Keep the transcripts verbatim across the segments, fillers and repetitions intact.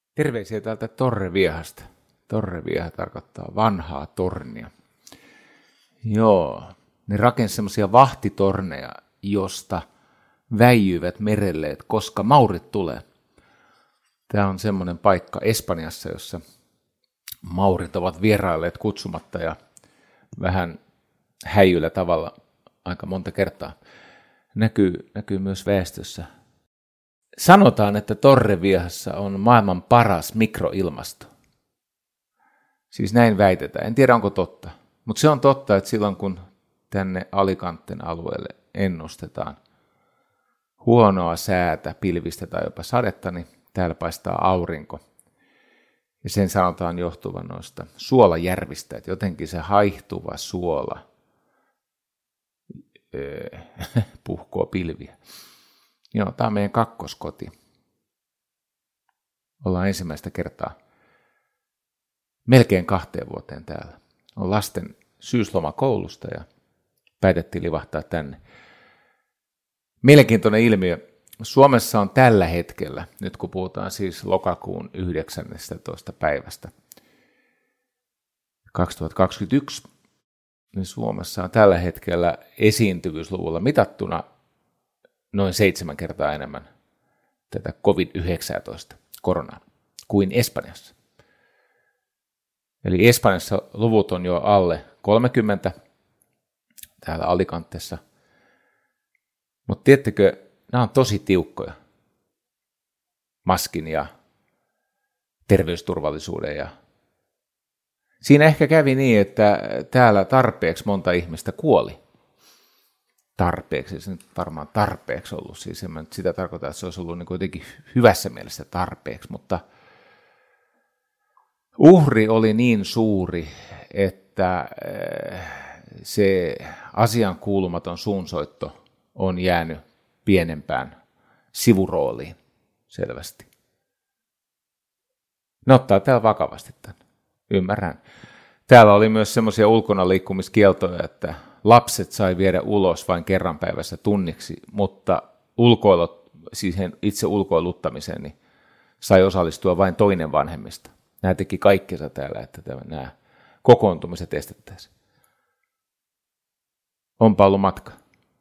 Terveisiä täältä Torreviehasta. Torrevieha tarkoittaa vanhaa tornia. Joo, ne rakensivat semmoisia vahtitorneja, josta väijyivät merelle, että koska maurit tulee. Tämä on semmoinen paikka Espanjassa, jossa maurit ovat vierailleet kutsumatta ja vähän häijyllä tavalla aika monta kertaa. Näkyy, näkyy myös väestössä. Sanotaan, että Torreviehassa on maailman paras mikroilmasto. Siis näin väitetään. En tiedä, onko totta. Mutta se on totta, että silloin kun tänne Alicanten alueelle ennustetaan huonoa säätä, pilvistä tai jopa sadetta, niin täällä paistaa aurinko. Ja sen sanotaan johtuvan noista suolajärvistä, että jotenkin se haihtuva suola öö, puhkoo pilviä. Joo, tämä on meidän kakkoskoti. Ollaan ensimmäistä kertaa melkein kahteen vuoteen täällä. On lasten syysloma koulusta ja päätettiin livahtaa tänne. Mielenkiintoinen ilmiö. Suomessa on tällä hetkellä, nyt kun puhutaan siis lokakuun yhdeksännestätoista päivästä kaksituhattakaksikymmentäyksi, niin Suomessa on tällä hetkellä esiintyvyysluvulla mitattuna noin seitsemän kertaa enemmän tätä covid yhdeksäntoista koronaa kuin Espanjassa. Eli Espanjassa luvut on jo alle kolmekymmentä täällä Alicantessa. Mutta tiedättekö, nämä on tosi tiukkoja maskin ja terveysturvallisuuden. Ja siinä ehkä kävi niin, että täällä tarpeeksi monta ihmistä kuoli. Tarpeeksi, se nyt varmaan tarpeeksi ollut. Siis en mä nyt sitä tarkoita, että se olisi ollut niin kuitenkin hyvässä mielessä tarpeeksi, mutta uhri oli niin suuri, että se asian kuulumaton suunsoitto on jäänyt pienempään sivurooliin selvästi. Ne ottaa täällä vakavasti tämän. Ymmärrän. Täällä oli myös semmoisia ulkona liikkumiskieltoja, että lapset sai viedä ulos vain kerran päivässä tunniksi, mutta ulkoilut, siis itse ulkoiluttamiseen niin sai osallistua vain toinen vanhemmista. Nämä teki kaikkensa täällä, että nämä kokoontumiset estettäisiin. Onpa ollut matka.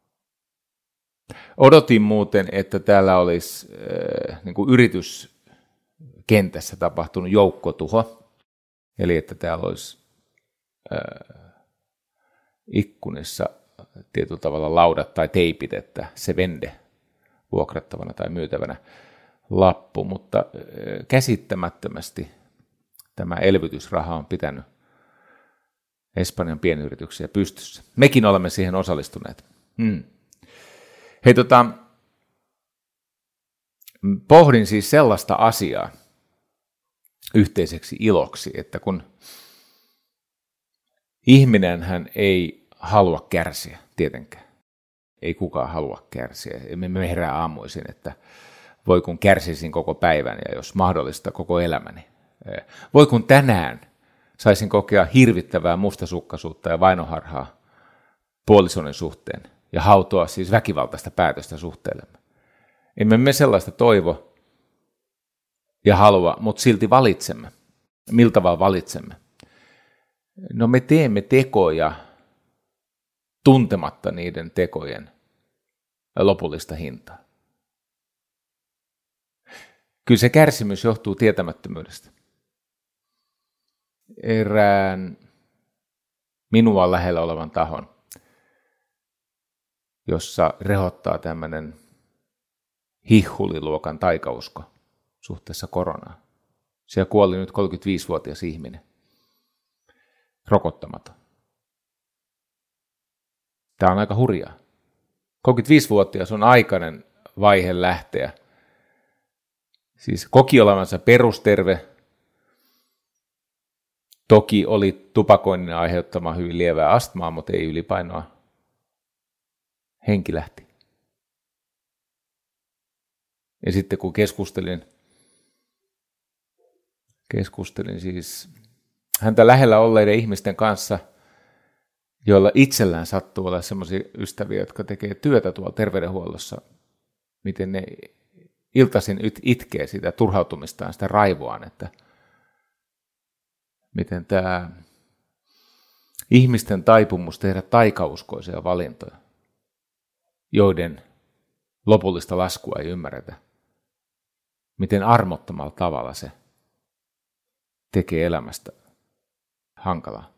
Odotin muuten, että täällä olisi äh, niin kuin yrityskentässä tapahtunut joukkotuho, eli että täällä olisi äh, ikkunissa tietyllä tavalla laudat tai teipit, että se vende vuokrattavana tai myytävänä lappu, mutta äh, käsittämättömästi tämä elvytysraha on pitänyt Espanjan pienyrityksiä pystyssä. Mekin olemme siihen osallistuneet. Hmm. Hei, tota, pohdin siis sellaista asiaa yhteiseksi iloksi, että kun ihminenhän ei halua kärsiä, tietenkään. Ei kukaan halua kärsiä. Emme me herää aamuisin, että voi kun kärsisin koko päivän ja jos mahdollista koko elämäni. Voi kun tänään saisin kokea hirvittävää mustasukkaisuutta ja vainoharhaa puolisoni suhteen ja hautoa siis väkivaltaista päätöstä suhteellemme. Emme me sellaista toivo ja halua, mutta silti valitsemme. Miltä tavalla valitsemme? No me teemme tekoja tuntematta niiden tekojen lopullista hintaa. Kyllä se kärsimys johtuu tietämättömyydestä. Erään minua lähellä olevan tahon, jossa rehottaa tämmöinen hihhuliluokan taikausko suhteessa koronaan. Siellä kuoli nyt kolmekymmentäviisivuotias ihminen, rokottamaton. Tämä on aika hurjaa. kolmekymmentäviisivuotias on aikainen vaihe lähteä. Siis koki olevansa perusterve. Toki oli tupakoinnin aiheuttama hyvin lievää astmaa, mutta ei ylipainoa. Henki lähti. Ja sitten kun keskustelin, keskustelin siis häntä lähellä olleiden ihmisten kanssa, joilla itsellään sattuu olla sellaisia ystäviä, jotka tekee työtä tuolla terveydenhuollossa, miten ne iltaisin itkee sitä turhautumistaan, sitä raivoaan, että miten tämä ihmisten taipumus tehdä taikauskoisia valintoja, joiden lopullista laskua ei ymmärretä, miten armottomalla tavalla se tekee elämästä hankalaa.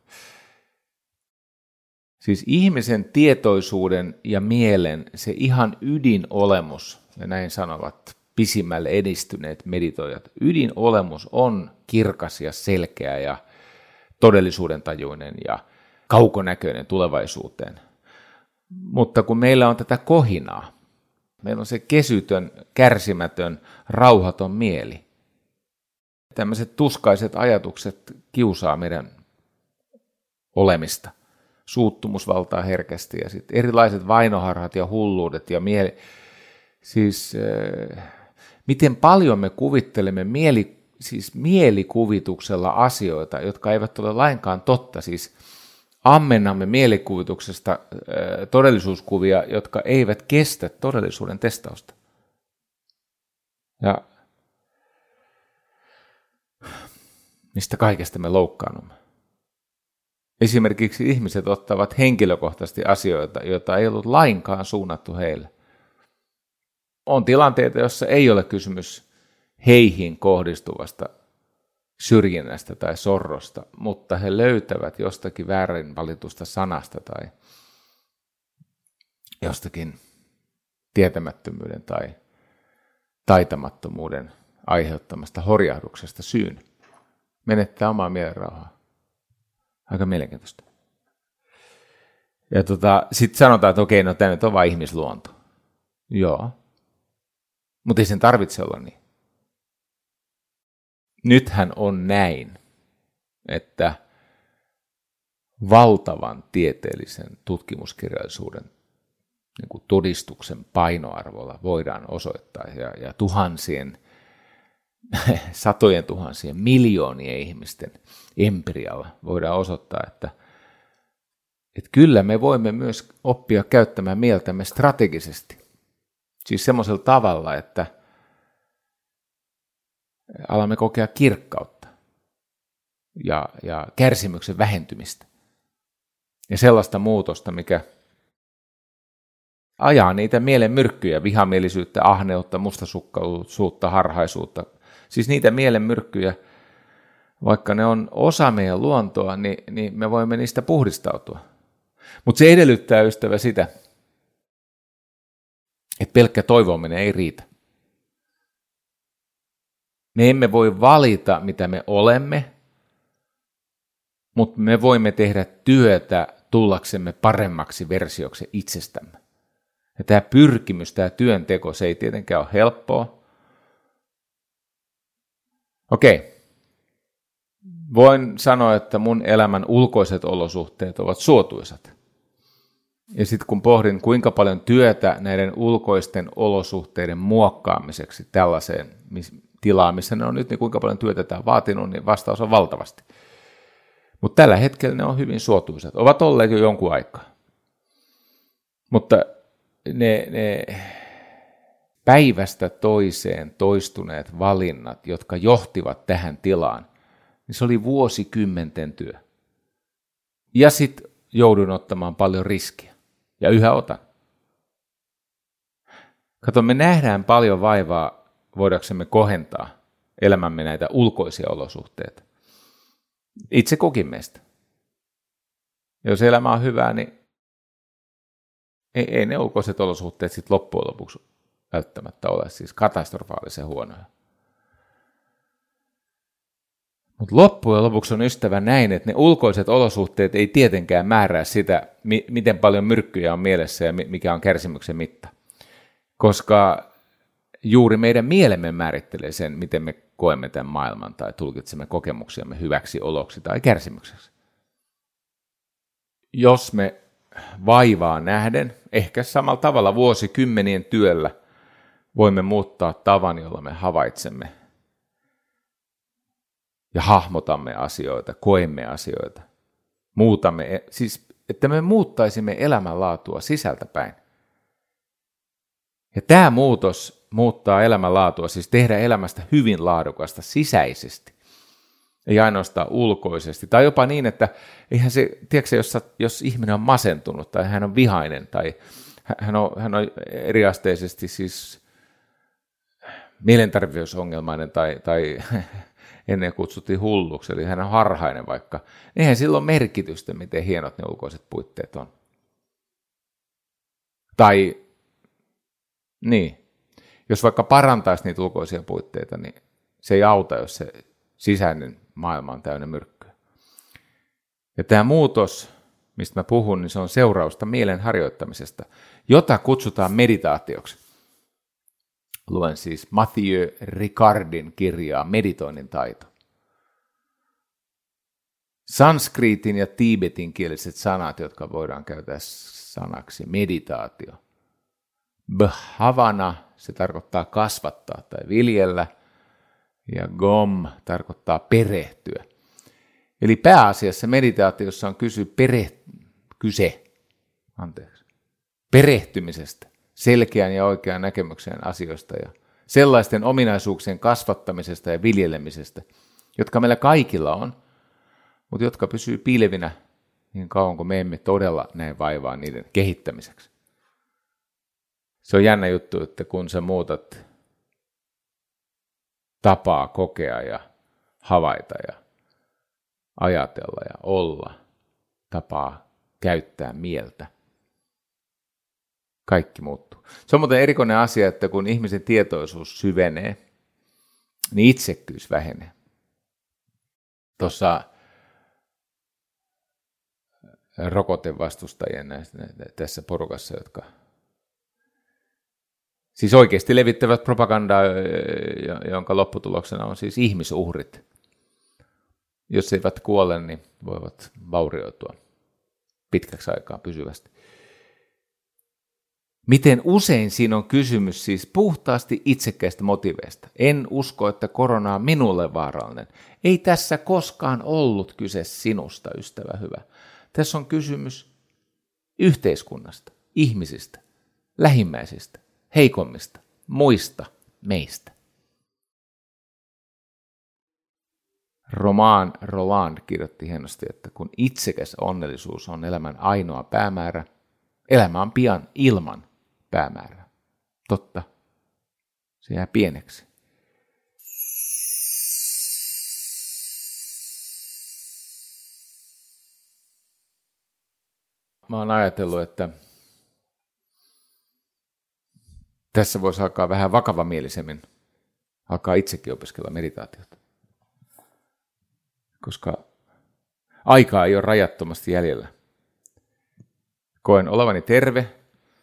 Siis ihmisen tietoisuuden ja mielen se ihan ydinolemus, ja näin sanovat pisimmälle edistyneet meditoijat, ydinolemus on kirkas ja selkeä ja todellisuudentajuinen ja kaukonäköinen tulevaisuuteen. Mutta kun meillä on tätä kohinaa, meillä on se kesytön, kärsimätön, rauhaton mieli, tämmöiset tuskaiset ajatukset kiusaa meidän olemista. Suuttumus valtaa herkästi ja sitten erilaiset vainoharhat ja hulluudet ja mieli. Siis äh, miten paljon me kuvittelemme mieli, siis mielikuvituksella asioita, jotka eivät ole lainkaan totta. Siis ammennamme mielikuvituksesta äh, todellisuuskuvia, jotka eivät kestä todellisuuden testausta. Ja mistä kaikesta me loukkaannumme. Esimerkiksi ihmiset ottavat henkilökohtaisesti asioita, joita ei ollut lainkaan suunnattu heille. On tilanteita, joissa ei ole kysymys heihin kohdistuvasta syrjinnästä tai sorrosta, mutta he löytävät jostakin väärin valitusta sanasta tai jostakin tietämättömyyden tai taitamattomuuden aiheuttamasta horjahduksesta syyn. Menettää omaa mielenrauhaa. Aika mielenkiintoista. Ja tota, sitten sanotaan, että okei, no tämä nyt on vain ihmisluonto. Joo. Mutta ei sen tarvitse olla niin. Nythän on näin, että valtavan tieteellisen tutkimuskirjallisuuden niin kuin todistuksen painoarvolla voidaan osoittaa ja, ja tuhansien, satojen tuhansien, miljoonien ihmisten empirialla voidaan osoittaa, että, että kyllä me voimme myös oppia käyttämään mieltämme strategisesti. Siis semmoisella tavalla, että alamme kokea kirkkautta ja, ja kärsimyksen vähentymistä. Ja sellaista muutosta, mikä ajaa niitä mielen myrkkyjä, vihamielisyyttä, ahneutta, mustasukkaisuutta, harhaisuutta. Siis niitä mielen myrkkyjä, vaikka ne on osa meidän luontoa, niin, niin me voimme niistä puhdistautua. Mutta se edellyttää, ystävä, sitä, että pelkkä toivominen ei riitä. Me emme voi valita, mitä me olemme, mutta me voimme tehdä työtä tullaksemme paremmaksi versioksi itsestämme. Ja tämä pyrkimys, tämä työnteko, se ei tietenkään ole helppoa. Okei. Voin sanoa, että mun elämän ulkoiset olosuhteet ovat suotuisat. Ja sitten kun pohdin, kuinka paljon työtä näiden ulkoisten olosuhteiden muokkaamiseksi tällaiseen tilaan, missä ne on nyt, niin kuinka paljon työtä tämä on vaatinut, niin vastaus on valtavasti. Mutta tällä hetkellä ne on hyvin suotuisat. Ovat olleet jo jonkun aikaa. Mutta ne, ne päivästä toiseen toistuneet valinnat, jotka johtivat tähän tilaan, niin se oli vuosikymmenten työ. Ja sitten joudun ottamaan paljon riskiä. Ja yhä otan. Kato, me nähdään paljon vaivaa, voidaksemme kohentaa elämämme näitä ulkoisia olosuhteita. Itse kukin meistä. Jos elämä on hyvää, niin ei, ei ne ulkoiset olosuhteet sitten loppujen lopuksi välttämättä ole siis katastrofaalisen huonoja. Mutta loppujen lopuksi on, ystävä, näin, että ne ulkoiset olosuhteet ei tietenkään määrää sitä, mi- miten paljon myrkkyjä on mielessä ja mikä on kärsimyksen mitta. Koska juuri meidän mielemme määrittelee sen, miten me koemme tämän maailman tai tulkitsemme kokemuksiamme hyväksi oloksi tai kärsimykseksi. Jos me vaivaa nähden, ehkä samalla tavalla vuosikymmenien työllä, voimme muuttaa tavan, jolla me havaitsemme ja hahmotamme asioita, koemme asioita, muutamme, siis että me muuttaisimme elämänlaatua sisältäpäin. Ja tämä muutos muuttaa elämänlaatua, siis tehdä elämästä hyvin laadukasta sisäisesti, ei ainoastaan ulkoisesti. Tai jopa niin, että eihän se, tiedätkö, jos, jos ihminen on masentunut tai hän on vihainen tai hän on, hän on eriasteisesti siis mielenterveysongelmainen tai, tai ennen kutsuttiin hulluksi, eli hän on harhainen vaikka, eihän sillä ole merkitystä, miten hienot ne ulkoiset puitteet on. Tai niin, jos vaikka parantaisi niitä ulkoisia puitteita, niin se ei auta, jos se sisäinen maailma on täynnä myrkkyä. Ja tämä muutos, mistä mä puhun, niin se on seurausta mielen harjoittamisesta, jota kutsutaan meditaatioksi. Luen siis Mathieu Ricardin kirjaa Meditoinnin taito. Sanskriitin ja tiibetin kieliset sanat, jotka voidaan käyttää sanaksi meditaatio. Bhavana, se tarkoittaa kasvattaa tai viljellä, ja gom tarkoittaa perehtyä. Eli pääasiassa meditaatiossa on kysy pere, kyse anteeksi, perehtymisestä, selkeän ja oikean näkemyksen asioista ja sellaisten ominaisuuksien kasvattamisesta ja viljelemisestä, jotka meillä kaikilla on, mutta jotka pysyy piilevinä niin kauan kuin me emme todella näe vaivaa niiden kehittämiseksi. Se on jännä juttu, että kun sä muutat tapaa kokea ja havaita ja ajatella ja olla, tapaa käyttää mieltä, kaikki muuttuu. Se on muuten erikoinen asia, että kun ihmisen tietoisuus syvenee, niin itsekkyys vähenee. Tuossa rokotevastustajien näissä, tässä porukassa, jotka siis oikeasti levittävät propagandaa, jonka lopputuloksena on siis ihmisuhrit. Jos eivät kuole, niin voivat vaurioitua pitkäksi aikaa pysyvästi. Miten usein siinä on kysymys siis puhtaasti itsekkäistä motiveista. En usko, että korona on minulle vaarallinen. Ei tässä koskaan ollut kyse sinusta, ystävä hyvä. Tässä on kysymys yhteiskunnasta, ihmisistä, lähimmäisistä, heikommista, muista, meistä. Roman Roland kirjoitti hienosti, että kun itsekäs onnellisuus on elämän ainoa päämäärä, elämä on pian ilman päämäärää. Totta, se jää pieneksi. Mä oon ajatellut, että tässä voisi alkaa vähän vakavamielisemmin alkaa itsekin opiskella meditaatiota. Koska aikaa ei ole rajattomasti jäljellä. Koen olevani terve,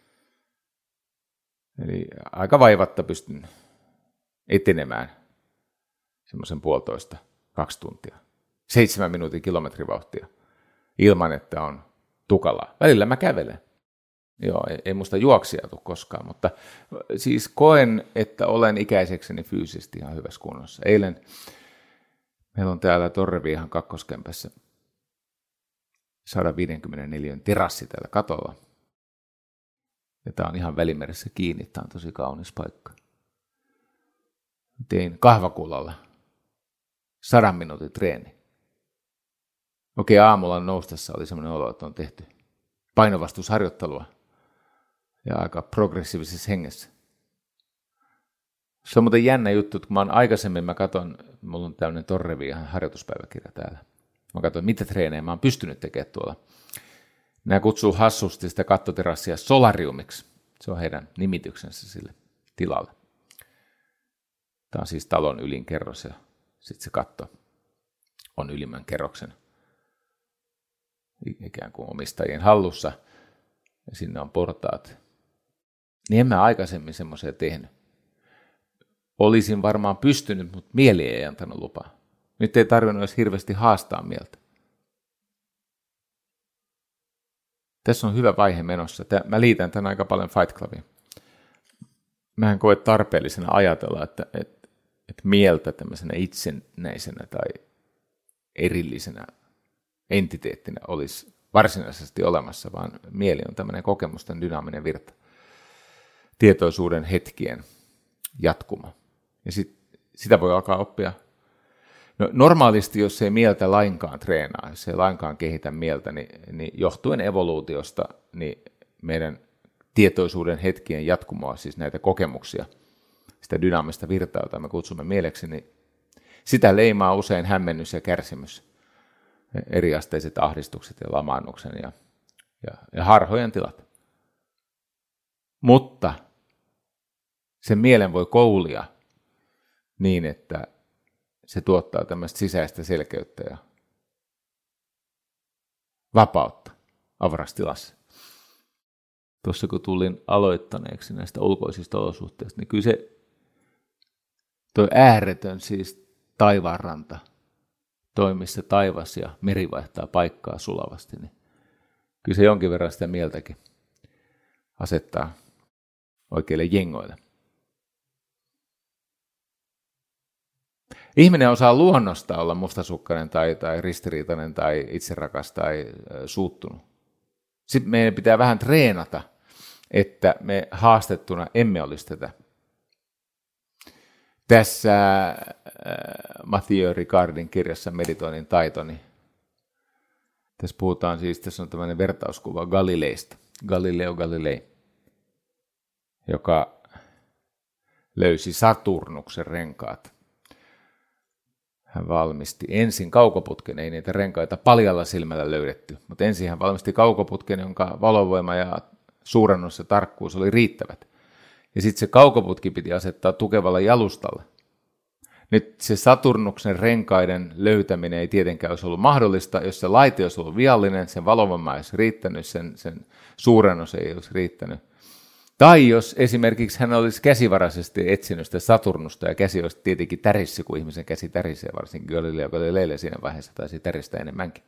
eli aika vaivatta pystyn etenemään semmoisen puolitoista, kaksi tuntia, seitsemän minuutin kilometrivauhtia, ilman että on tukalaa. Välillä mä kävelen. Joo, ei, ei musta juoksia tule koskaan, mutta siis koen, että olen ikäisekseni fyysisesti ihan hyvässä kunnossa. Eilen meillä on täällä Torreviihan kakkoskämpässä sata viisikymmentäneljä terassi täällä katolla. Ja tää on ihan Välimeressä kiinni, tää on tosi kaunis paikka. Tein kahvakullalla sadan minuutin treeni. Okei, aamulla noustessa oli semmoinen olo, että on tehty painovastusharjoittelua ja aika progressiivisessa hengessä. Se on muuten jännä juttu, että kun mä oon aikaisemmin, mä katson, mulla on tämmöinen Torreviihan harjoituspäiväkirja täällä. Mä katson, mitä treenejä mä oon pystynyt tekemään tuolla. Nämä kutsuu hassusti sitä kattoterassia solariumiksi. Se on heidän nimityksensä sille tilalle. Tämä on siis talon ylin kerros ja sitten se katto on ylimmän kerroksen ikään kuin omistajien hallussa. Ja sinne on portaat. Niin en mä aikaisemmin semmoisia tehnyt. Olisin varmaan pystynyt, mutta mieli ei antanut lupaa. Nyt ei tarvinnut edes hirveästi haastaa mieltä. Tässä on hyvä vaihe menossa. Mä liitän tämän aika paljon Fight Clubiin. Mä en koe tarpeellisena ajatella, että, että, että mieltä tämmöisenä itsenäisenä tai erillisenä entiteettinä olisi varsinaisesti olemassa, vaan mieli on tämmöinen kokemusten dynaaminen virta. Tietoisuuden hetkien jatkuma. Ja sit, sitä voi alkaa oppia. No, normaalisti, jos ei mieltä lainkaan treenaa, jos ei lainkaan kehitä mieltä, niin, niin johtuen evoluutiosta, niin meidän tietoisuuden hetkien jatkumoa, siis näitä kokemuksia, sitä dynaamista virtaa, jota me kutsumme mieleksi, niin sitä leimaa usein hämmennys ja kärsimys, eriasteiset ahdistukset ja lamaannuksen ja, ja, ja harhojen tilat. Mutta sen mielen voi koulia niin, että se tuottaa tämmöistä sisäistä selkeyttä ja vapautta avarastilassa. Tuossa kun tulin aloittaneeksi näistä ulkoisista olosuhteista, niin kyllä se toi ääretön siis taivaanranta, toi missä taivas ja meri vaihtaa paikkaa sulavasti, niin kyllä se jonkin verran sitä mieltäkin asettaa oikeille jengoille. Ihminen osaa luonnosta olla mustasukkainen tai, tai ristiriitainen tai itserakas tai äh, suuttunut. Sitten meidän pitää vähän treenata, että me haastettuna emme olisi tätä. Tässä äh, Mathieu Ricardin kirjassa Meditoinnin taito, niin tässä puhutaan siis, tässä on tämmöinen vertauskuva Galileista, Galileo Galilei, joka löysi Saturnuksen renkaat. Hän valmisti ensin kaukoputken, ei niitä renkaita paljalla silmällä löydetty, mutta ensin hän valmisti kaukoputken, jonka valovoima ja suurennus ja tarkkuus oli riittävät. Ja sitten se kaukoputki piti asettaa tukevalla jalustalle. Nyt se Saturnuksen renkaiden löytäminen ei tietenkään olisi ollut mahdollista, jos se laite olisi ollut viallinen, sen valovoima ei olisi riittänyt, sen, sen suurennus ei olisi riittänyt. Tai jos esimerkiksi hän olisi käsivaraisesti etsinyt sitä Saturnusta ja käsi olisi tietenkin tärissyt, kun ihmisen käsi tärisee, varsinkin Galileo Galileille siinä vaiheessa taisi täristä enemmänkin.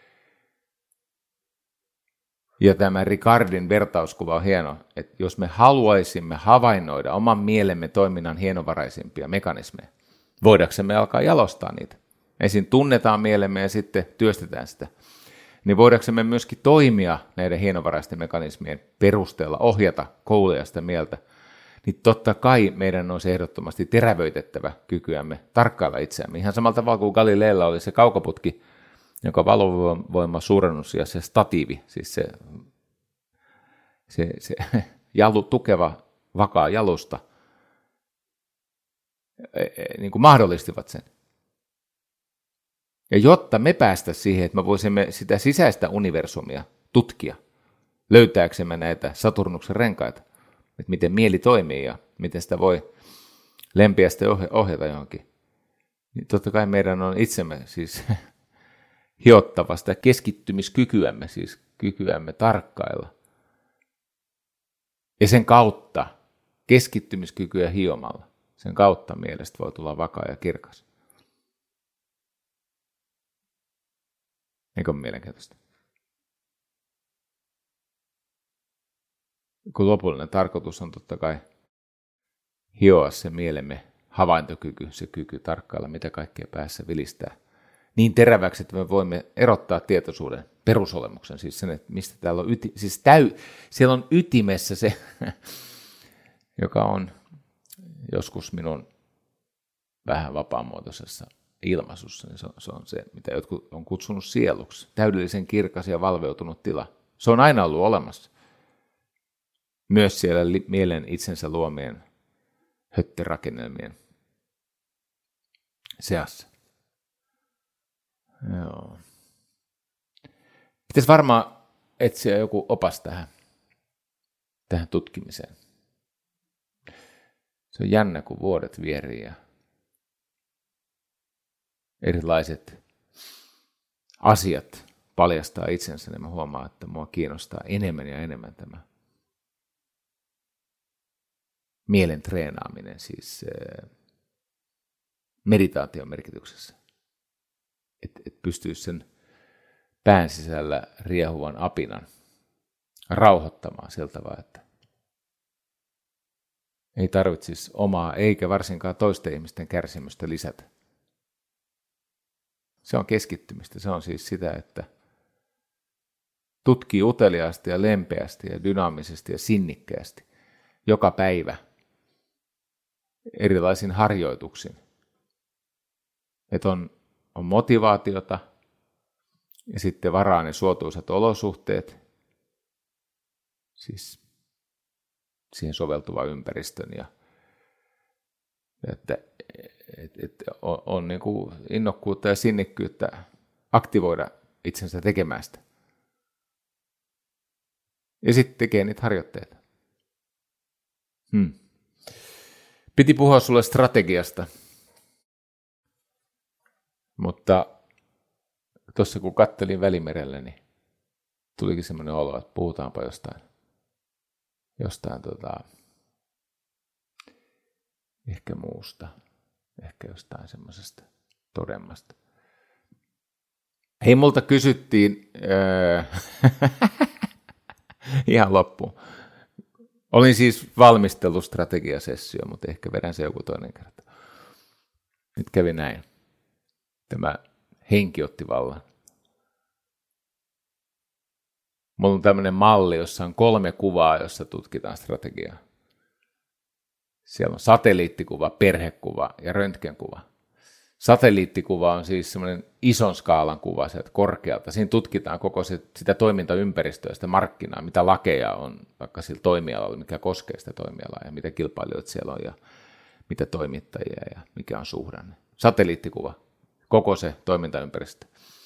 Ja tämä Ricardin vertauskuva on hieno, että jos me haluaisimme havainnoida oman mielemme toiminnan hienovaraisimpia mekanismeja, voidaksemme alkaa jalostaa niitä. Ensin tunnetaan mielemme ja sitten työstetään sitä. Niin voidaksemme myöskin toimia näiden hienovaraisten mekanismien perusteella, ohjata kouluja sitä mieltä, niin totta kai meidän on ehdottomasti terävöitettävä kykyämme tarkkailla itseämme. Ihan samalla tavalla kuin Galileella oli se kaukoputki, joka valovoima, suurennus ja se statiivi, siis se, se, se jalu, tukeva, vakaa jalusta, niin kuin mahdollistivat sen. Ja jotta me päästä siihen, että me voisimme sitä sisäistä universumia tutkia, löytääksemme näitä Saturnuksen renkaita, että miten mieli toimii ja miten sitä voi lempiästi ohjata johonkin, niin totta kai meidän on itsemme siis hiottava sitä keskittymiskykyämme, siis kykyämme tarkkailla. Ja sen kautta, keskittymiskykyä hiomalla, sen kautta mielestä voi tulla vakaa ja kirkas. Eikö ole mielenkiintoista? Kun lopullinen tarkoitus on totta kai hioa se mielemme havaintokyky, se kyky tarkkailla, mitä kaikkea päässä vilistää. Niin teräväksi, että me voimme erottaa tietoisuuden perusolemuksen, siis sen, että mistä täällä on yti, siis täy, siellä on ytimessä se, joka on joskus minun vähän vapaamuotoisessa ilmaisussa, niin se on, se on se, mitä jotkut on kutsunut sieluksi, täydellisen kirkas ja valveutunut tila. Se on aina ollut olemassa. Myös siellä li- mielen itsensä luomien höttirakennelmien seassa. Joo. Pitäisi varmaan etsiä joku opas tähän, tähän tutkimiseen. Se on jännä, kun vuodet vierii ja erilaiset asiat paljastaa itsensä, niin mä huomaan, että mua kiinnostaa enemmän ja enemmän tämä mielen treenaaminen, siis meditaation merkityksessä. Että et pystyisi sen pään sisällä riehuvan apinan rauhoittamaan sillä tavalla, että ei tarvitsisi omaa eikä varsinkaan toisten ihmisten kärsimystä lisätä. Se on keskittymistä. Se on siis sitä, että tutkii uteliaasti ja lempeästi ja dynaamisesti ja sinnikkäästi joka päivä erilaisin harjoituksin. Että on, on motivaatiota ja sitten varaa ne suotuisat olosuhteet, siis siihen soveltuva ympäristön ja että et, et on, on niin kuin innokkuutta ja sinnikkyyttä aktivoida itsensä tekemään sitä. Ja sitten tekee niitä harjoitteita. Hmm. Piti puhua sulle strategiasta, mutta tuossa kun kattelin Välimerellä, niin tulikin semmoinen olo, että puhutaanpa jostain, jostain tota, ehkä muusta, ehkä jostain semmoisesta todemmasta. Hei, multa kysyttiin öö, ihan loppuun. Olin siis valmistellut strategiasessio, mutta ehkä vedän se joku toinen kerta. Nyt kävi näin. Tämä henki otti vallan. Mulla on tämmöinen malli, jossa on kolme kuvaa, jossa tutkitaan strategiaa. Siellä on satelliittikuva, perhekuva ja röntgenkuva. Satelliittikuva on siis semmoinen ison skaalan kuva sieltä korkealta. Siinä tutkitaan koko se, sitä toimintaympäristöä, sitä markkinaa, mitä lakeja on vaikka sillä toimialalla, mikä koskee sitä toimialaa ja mitä kilpailijoita siellä on ja mitä toimittajia ja mikä on suhdanne. Satelliittikuva, koko se toimintaympäristö.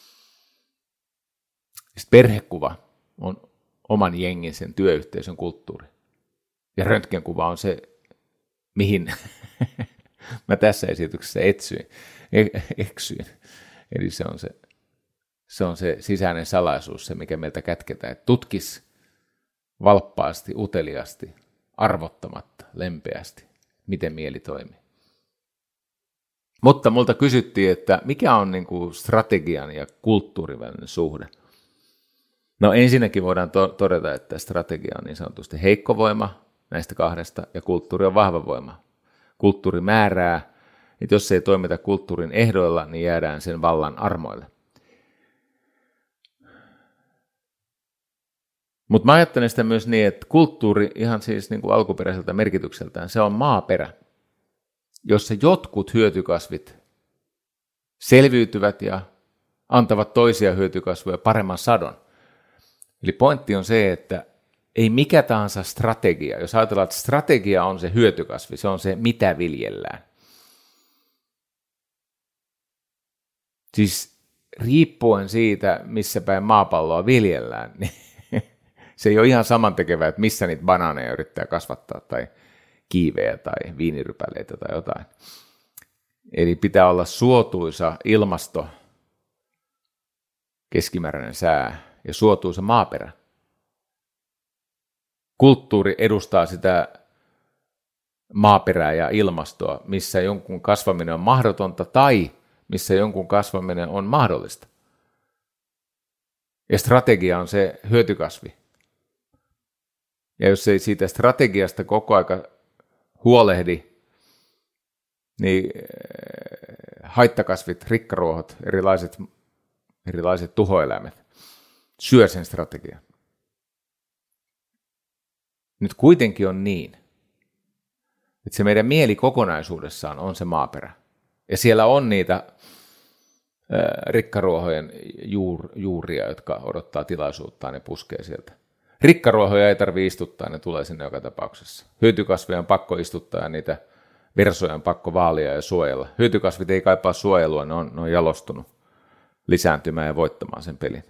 Sitten perhekuva on oman jengin, sen työyhteisön kulttuuri. Ja röntgenkuva on se, mihin mä tässä esityksessä etsyin, eksyin. Eli se on se, se on se sisäinen salaisuus, se mikä meiltä kätketään. Että tutkis valppaasti, uteliasti, arvottamatta, lempeästi, miten mieli toimii. Mutta multa kysyttiin, että mikä on niin kuin strategian ja kulttuurin välinen suhde. No ensinnäkin voidaan to- todeta, että strategia on niin sanotusti heikko voima näistä kahdesta ja kulttuuri on vahva voima. Kulttuuri määrää, että jos ei toimita kulttuurin ehdoilla, niin jäädään sen vallan armoille. Mutta mä ajattelen sitä myös niin, että kulttuuri ihan siis niin kuin alkuperäiseltä merkitykseltään, se on maaperä, jossa jotkut hyötykasvit selviytyvät ja antavat toisia hyötykasveja paremman sadon. Eli pointti on se, että ei mikä tahansa strategia, jos ajatellaan, että strategia on se hyötykasvi, se on se mitä viljellään. Siis riippuen siitä, missä päin maapalloa viljellään, niin se ei ole ihan samantekevää, että missä niitä banaaneja yrittää kasvattaa tai kiiveä tai viinirypäleitä tai jotain. Eli pitää olla suotuisa ilmasto, keskimääräinen sää ja suotuisa maaperä. Kulttuuri edustaa sitä maaperää ja ilmastoa, missä jonkun kasvaminen on mahdotonta tai missä jonkun kasvaminen on mahdollista. Ja strategia on se hyötykasvi. Ja jos ei siitä strategiasta koko aika huolehdi, niin haittakasvit, rikkaruohot, erilaiset, erilaiset tuhoeläimet syö sen strategian. Nyt kuitenkin on niin, että se meidän mieli kokonaisuudessaan on se maaperä. Ja siellä on niitä rikkaruohojen juur, juuria, jotka odottaa tilaisuuttaan ja puskee sieltä. Rikkaruohoja ei tarvitse istuttaa, ne tulee sinne joka tapauksessa. Hyötykasveja on pakko istuttaa ja niitä versoja on pakko vaalia ja suojella. Hyötykasvit ei kaipaa suojelua, ne on, ne on jalostunut lisääntymään ja voittamaan sen pelin.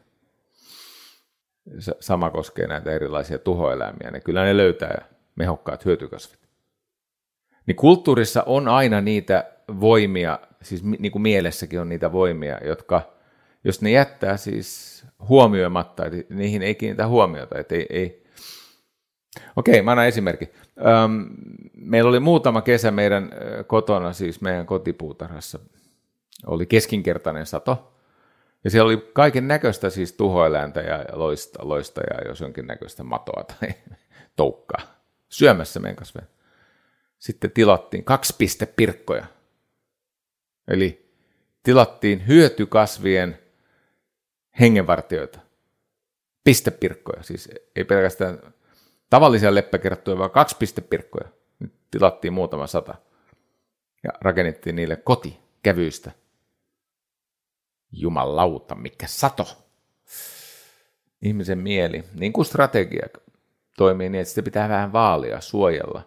Sama koskee näitä erilaisia tuhoeläimiä, ne kyllä ne löytää mehokkaat hyötykasvit. Niin kulttuurissa on aina niitä voimia, siis niin kuin mielessäkin on niitä voimia, jotka, jos ne jättää siis huomioimatta, että niihin ei kiinnitä huomiota, että ei, ei. Okei, mä annan esimerkin. Öm, meillä oli muutama kesä meidän kotona, siis meidän kotipuutarhassa, oli keskinkertainen sato, ja siellä oli kaiken näköistä siis tuhoeläintä ja loista, loista ja jos jonkin näköistä matoa tai toukkaa syömässä meidän kasveja. Sitten tilattiin kaksi pistepirkkoja. Eli tilattiin hyötykasvien hengenvartijoita. Pistepirkkoja, siis ei pelkästään tavallisia leppäkerttuja, vaan kaksi pistepirkkoja. Nyt tilattiin muutama sata. Ja rakennettiin niille koti kävyistä. Jumalauta, mikä sato. Ihmisen mieli, niin kuin strategia toimii niin, että sitä pitää vähän vaalia, suojella,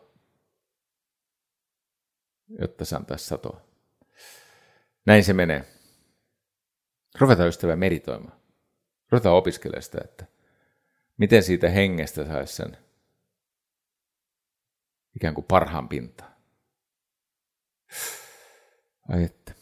jotta se antaisi satoa. Näin se menee. Ruvetaan ystävä meditoimaan. Ruvetaan opiskelemaan sitä, että miten siitä hengestä saisi sen ikään kuin parhaan pintaan. Ai että.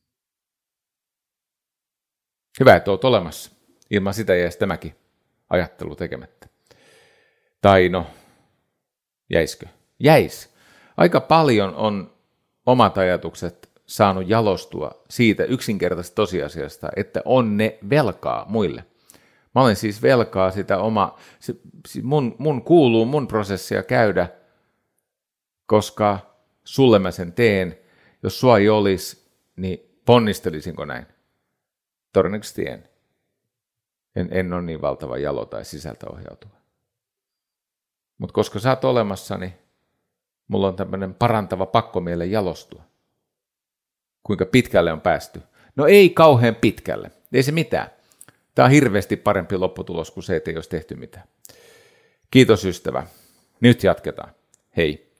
Hyvä, että olet olemassa. Ilman sitä jäisi tämäkin ajattelu tekemättä. Tai no, jäisikö? Jäis. Aika paljon on omat ajatukset saanut jalostua siitä yksinkertaisesta tosiasiasta, että on ne velkaa muille. Mä olen siis velkaa sitä oma, se, mun, mun kuuluu mun prosessia käydä, koska sulle mä sen teen. Jos sua ei olisi, niin ponnistelisinko näin? Todennäköisesti en. En, en ole niin valtava jalo tai sisältä ohjautuva. Mutta koska sä oot olemassa, niin mulla on tämmöinen parantava pakkomielle jalostua. Kuinka pitkälle on päästy? No ei kauhean pitkälle. Ei se mitään. Tämä on hirveästi parempi lopputulos kuin se, että ei olisi tehty mitään. Kiitos ystävä. Nyt jatketaan. Hei.